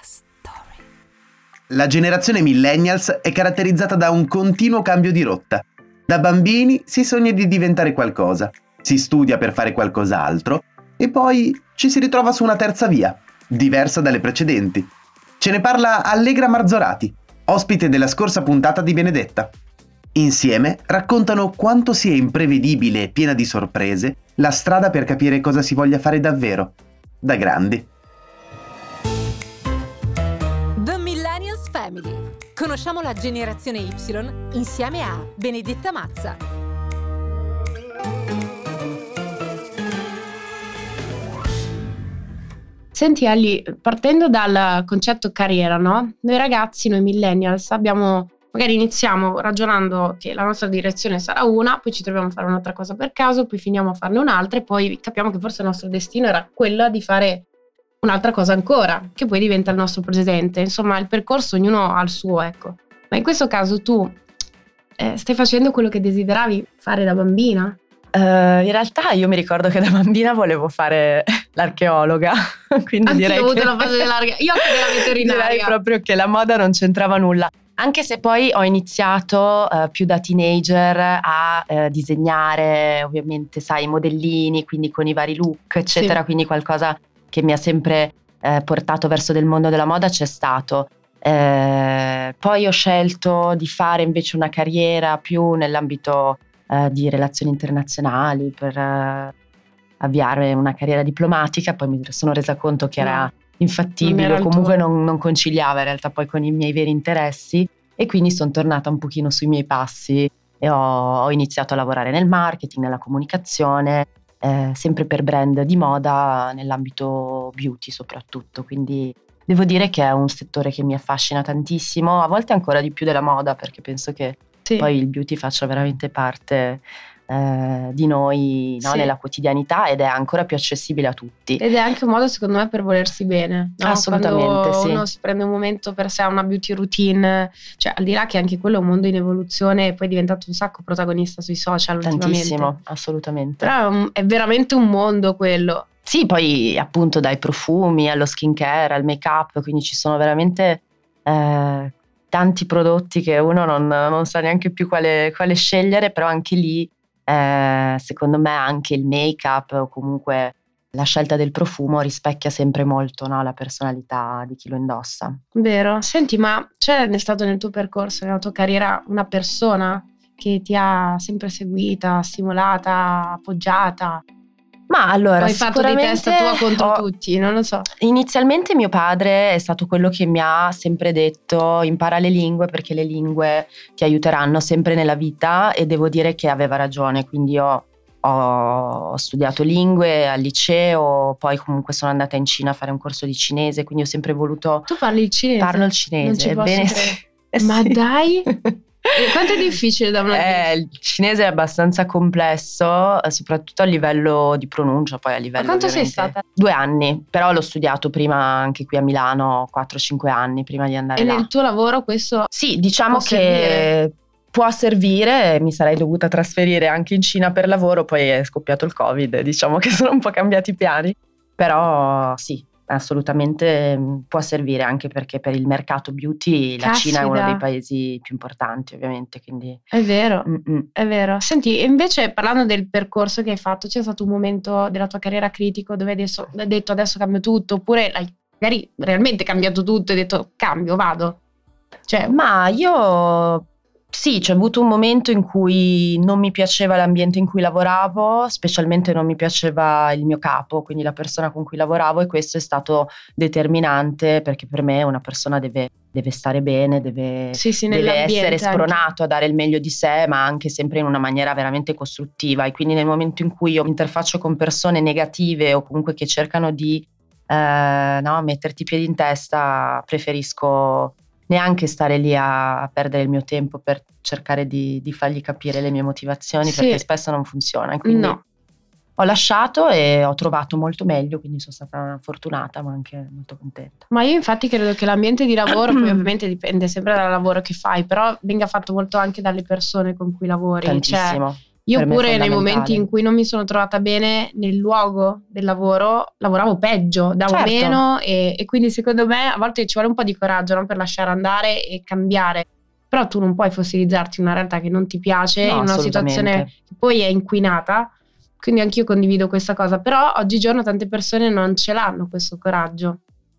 Story. La generazione millennials è caratterizzata da un continuo cambio di rotta. Da bambini si sogna di diventare qualcosa, si studia per fare qualcos'altro e poi ci si ritrova su una terza via, diversa dalle precedenti. Ce ne parla Allegra Marzorati, ospite della scorsa puntata di Benedetta. Insieme raccontano quanto sia imprevedibile e piena di sorprese la strada per capire cosa si voglia fare davvero, da grandi. The Millennials Family. Conosciamo la generazione Y insieme a Benedetta Mazza. Senti Ali, partendo dal concetto carriera, no? Noi ragazzi, noi millennials magari iniziamo ragionando che la nostra direzione sarà una, poi ci troviamo a fare un'altra cosa per caso, poi finiamo a farne un'altra e poi capiamo che forse il nostro destino era quello di fare un'altra cosa ancora, che poi diventa il nostro presente. Insomma, il percorso ognuno ha il suo, ecco. Ma in questo caso tu stai facendo quello che desideravi fare da bambina? In realtà io mi ricordo che da bambina volevo fare l'archeologa, quindi Anch'io direi ho avuto che la fase io anche della veterinaria. direi proprio che la moda non c'entrava nulla. Anche se poi ho iniziato più da teenager a disegnare, ovviamente, sai, i modellini, quindi con i vari look, eccetera, Sì. quindi qualcosa che mi ha sempre portato verso del mondo della moda c'è stato. Poi ho scelto di fare invece una carriera più nell'ambito di relazioni internazionali per avviare una carriera diplomatica, poi mi sono resa conto che era infattibile o comunque non conciliava in realtà poi con i miei veri interessi e quindi sono tornata un pochino sui miei passi e ho iniziato a lavorare nel marketing, nella comunicazione, sempre per brand di moda nell'ambito beauty soprattutto, quindi devo dire che è un settore che mi affascina tantissimo, a volte ancora di più della moda perché penso che poi il beauty faccia veramente parte di noi, no? Nella quotidianità ed è ancora più accessibile a tutti. Ed è anche un modo secondo me per volersi bene, no? Assolutamente. Quando sì. uno si prende un momento per sé, una beauty routine, cioè al di là che anche quello è un mondo in evoluzione e poi è diventato un sacco protagonista sui social ultimamente. Tantissimo, assolutamente. Però è veramente un mondo quello. Sì, poi appunto dai profumi allo skincare, al make up, quindi ci sono veramente tanti prodotti che uno non sa neanche più quale scegliere, però anche lì secondo me anche il make up o comunque la scelta del profumo rispecchia sempre molto, no, la personalità di chi lo indossa. Vero. Senti, ma c'è stato nel tuo percorso, nella tua carriera, una persona che ti ha sempre seguita, stimolata, appoggiata? Ma allora, hai fatto di testa tua contro tutti, non lo so. Inizialmente mio padre è stato quello che mi ha sempre detto: impara le lingue perché le lingue ti aiuteranno sempre nella vita, e devo dire che aveva ragione, quindi io ho studiato lingue al liceo, poi comunque sono andata in Cina a fare un corso di cinese, quindi ho sempre voluto... Tu parli il cinese? Parlo il cinese, non ci posso ebbene credere. sì. Ma dai? E quanto è difficile da una Il cinese è abbastanza complesso, soprattutto a livello di pronuncia, poi a livello... Ma quanto ovviamente... sei stata? 2 anni, però l'ho studiato prima anche qui a Milano, 4-5 anni prima di andare là. E nel tuo lavoro questo... Sì, diciamo può che servire? può servire, mi sarei dovuta trasferire anche in Cina per lavoro, poi è scoppiato il Covid, diciamo che sono un po' cambiati i piani, però sì, assolutamente può servire, anche perché per il mercato beauty la Cina è uno dei paesi più importanti, ovviamente, quindi... È vero, è vero. Senti, invece parlando del percorso che hai fatto, c'è stato un momento della tua carriera critico dove hai detto adesso cambio tutto, oppure hai magari realmente cambiato tutto e hai detto cambio, vado? Cioè... Ma io... Sì, c'è avuto un momento in cui non mi piaceva l'ambiente in cui lavoravo, specialmente non mi piaceva il mio capo, quindi la persona con cui lavoravo, e questo è stato determinante perché per me una persona deve stare bene, deve essere spronato a dare il meglio di sé, ma anche sempre in una maniera veramente costruttiva, e quindi nel momento in cui io mi interfaccio con persone negative o comunque che cercano di metterti i piedi in testa, preferisco neanche stare lì a perdere il mio tempo per cercare di fargli capire le mie motivazioni, perché spesso non funziona, quindi ho lasciato e ho trovato molto meglio, quindi sono stata fortunata ma anche molto contenta. Ma io infatti credo che l'ambiente di lavoro, poi ovviamente dipende sempre dal lavoro che fai, però venga fatto molto anche dalle persone con cui lavori. Tantissimo. Cioè, Io per me è pure nei fondamentale. momenti in cui non mi sono trovata bene nel luogo del lavoro, lavoravo peggio, davo Certo. meno e quindi secondo me a volte ci vuole un po' di coraggio, no? Per lasciare andare e cambiare. Però tu non puoi fossilizzarti in una realtà che non ti piace, No, in una assolutamente. situazione che poi è inquinata. Quindi anch'io condivido questa cosa, però oggigiorno tante persone non ce l'hanno questo coraggio.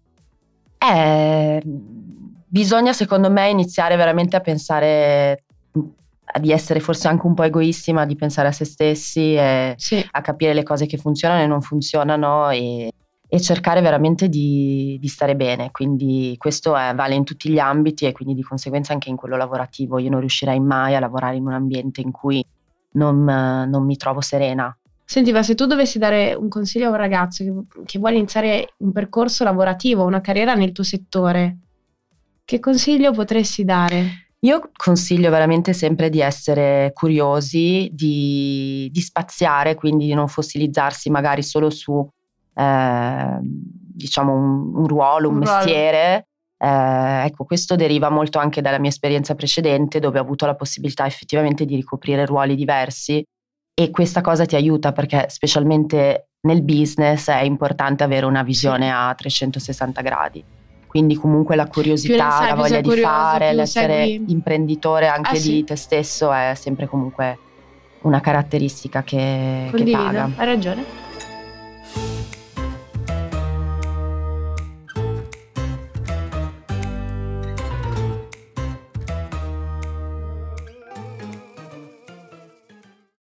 Bisogna secondo me iniziare veramente a pensare di essere forse anche un po' egoisti, ma di pensare a se stessi e Sì. a capire le cose che funzionano e non funzionano e cercare veramente di stare bene. Quindi questo vale in tutti gli ambiti e quindi di conseguenza anche in quello lavorativo. Io non riuscirei mai a lavorare in un ambiente in cui non mi trovo serena. Senti, ma se tu dovessi dare un consiglio a un ragazzo che vuole iniziare un percorso lavorativo, una carriera nel tuo settore, che consiglio potresti dare? Io consiglio veramente sempre di essere curiosi, di spaziare, quindi di non fossilizzarsi magari solo su diciamo un ruolo, un mestiere. Ecco, questo deriva molto anche dalla mia esperienza precedente, dove ho avuto la possibilità effettivamente di ricoprire ruoli diversi, e questa cosa ti aiuta perché specialmente nel business è importante avere una visione a 360 gradi. Quindi comunque la curiosità, la voglia di fare, l'essere imprenditore anche di te stesso è sempre comunque una caratteristica che paga. Hai ragione.